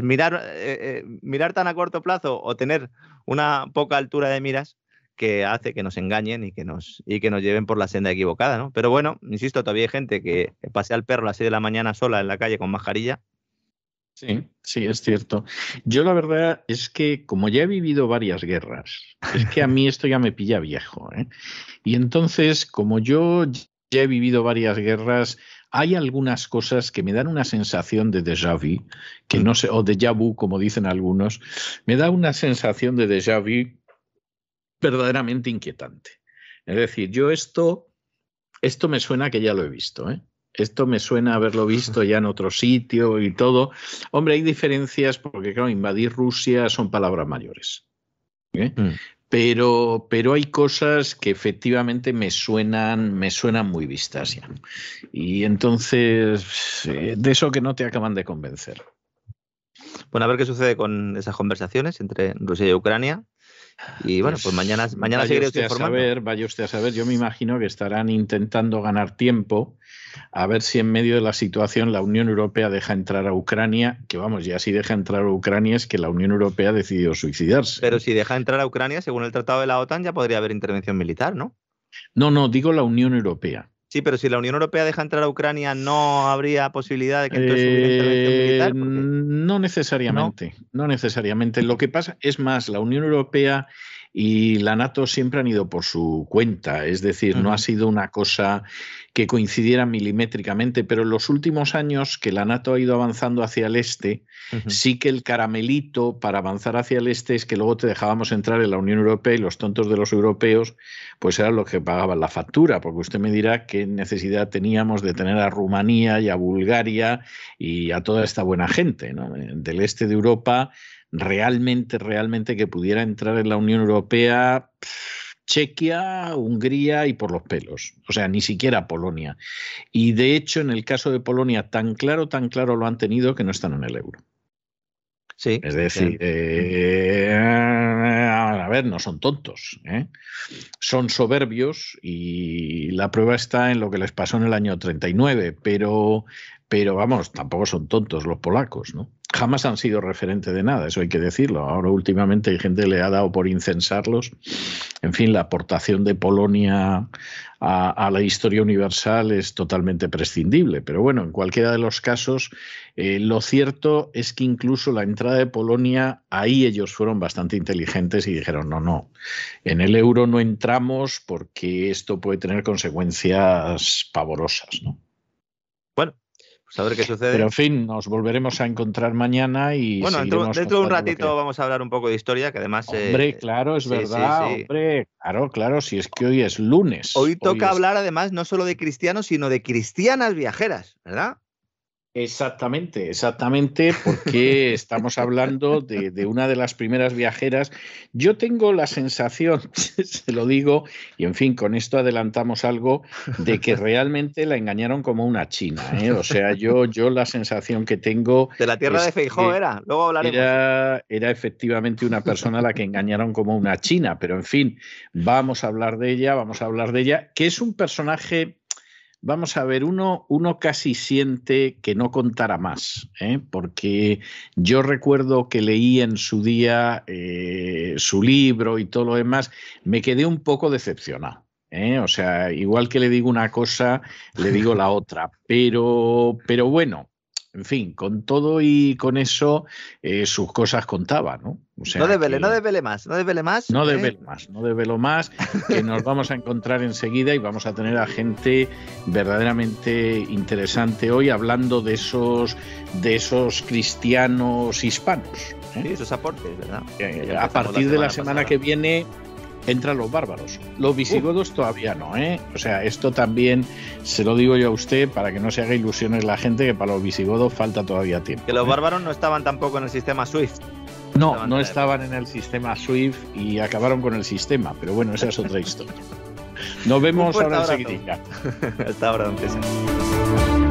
mirar tan a corto plazo o tener una poca altura de miras que hace que nos engañen y que nos lleven por la senda equivocada, ¿no? Pero bueno, insisto, todavía hay gente que pasea al perro a las 6 de la mañana sola en la calle con mascarilla. Sí, sí, es cierto. Yo la verdad es que como ya he vivido varias guerras, es que a mí esto ya me pilla viejo, ¿eh? Y entonces, como yo ya he vivido varias guerras, hay algunas cosas que me dan una sensación de déjà vu, que no sé, o déjà vu, como dicen algunos, me da una sensación de déjà vu verdaderamente inquietante. Es decir, yo esto me suena que ya lo he visto, ¿eh? Esto me suena haberlo visto ya en otro sitio y todo. Hombre, hay diferencias porque, claro, invadir Rusia son palabras mayores, ¿eh? Pero hay cosas que efectivamente me suenan muy vistas ya. Y entonces, de eso que no te acaban de convencer. Bueno, a ver qué sucede con esas conversaciones entre Rusia y Ucrania. Y bueno, pues mañana seguiré usted informando. Vaya usted a saber, yo me imagino que estarán intentando ganar tiempo a ver si en medio de la situación la Unión Europea deja entrar a Ucrania, que vamos, ya si deja entrar a Ucrania es que la Unión Europea ha decidido suicidarse. Pero si deja entrar a Ucrania, según el Tratado de la OTAN, ya podría haber intervención militar, ¿no? No, digo la Unión Europea. Sí, pero si la Unión Europea deja entrar a Ucrania, ¿no habría posibilidad de que entonces hubiera intervención militar? No necesariamente, no necesariamente. Lo que pasa es más, la Unión Europea y la NATO siempre han ido por su cuenta, es decir, no ha sido una cosa que coincidiera milimétricamente, pero en los últimos años que la NATO ha ido avanzando hacia el este, sí que el caramelito para avanzar hacia el este es que luego te dejábamos entrar en la Unión Europea y los tontos de los europeos pues eran los que pagaban la factura, porque usted me dirá qué necesidad teníamos de tener a Rumanía y a Bulgaria y a toda esta buena gente, ¿no? Del este de Europa, realmente que pudiera entrar en la Unión Europea, Chequia, Hungría y por los pelos. O sea, ni siquiera Polonia. Y de hecho, en el caso de Polonia, tan claro lo han tenido que no están en el euro. Sí. Es decir, a ver, no son tontos, ¿eh? Son soberbios y la prueba está en lo que les pasó en el año 39, pero vamos, tampoco son tontos los polacos, ¿no? Jamás han sido referente de nada, eso hay que decirlo. Ahora últimamente hay gente que le ha dado por incensarlos. En fin, la aportación de Polonia a la historia universal es totalmente prescindible. Pero bueno, en cualquiera de los casos, lo cierto es que incluso la entrada de Polonia, ahí ellos fueron bastante inteligentes y dijeron, no, en el euro no entramos porque esto puede tener consecuencias pavorosas, ¿no? Bueno, pues Pues a ver qué sucede. Pero en fin, nos volveremos a encontrar mañana y bueno, dentro de un ratito vamos a hablar un poco de historia, que además... Hombre, claro, es verdad, sí. Hombre, claro, si es que hoy es lunes. Hoy toca hablar además no solo de cristianos, sino de cristianas viajeras, ¿verdad? Exactamente, porque estamos hablando de una de las primeras viajeras. Yo tengo la sensación, se lo digo, y en fin, con esto adelantamos algo, de que realmente la engañaron como una china, ¿eh? O sea, yo la sensación que tengo... De la tierra de Feijóo era, luego hablaremos. Era efectivamente una persona a la que engañaron como una china, pero en fin, vamos a hablar de ella, que es un personaje... Vamos a ver, uno casi siente que no contara más, porque yo recuerdo que leí en su día su libro y todo lo demás, me quedé un poco decepcionado. O sea, igual que le digo una cosa, le digo la otra, pero bueno. En fin, con todo y con eso, sus cosas contaba, ¿no? O sea, no desvele más. No develo más, que nos vamos a encontrar enseguida y vamos a tener a gente verdaderamente interesante hoy hablando de esos cristianos hispanos. Sí, esos aportes, ¿verdad? A partir de la semana que viene... entran los bárbaros. Los visigodos todavía no, ¿eh? O sea, esto también se lo digo yo a usted para que no se haga ilusiones la gente, que para los visigodos falta todavía tiempo. Que los bárbaros no estaban tampoco en el sistema SWIFT. No estaban en el sistema SWIFT y acabaron con el sistema, pero bueno, esa es otra historia. Nos vemos ahora enseguida. Hasta ahora, don César.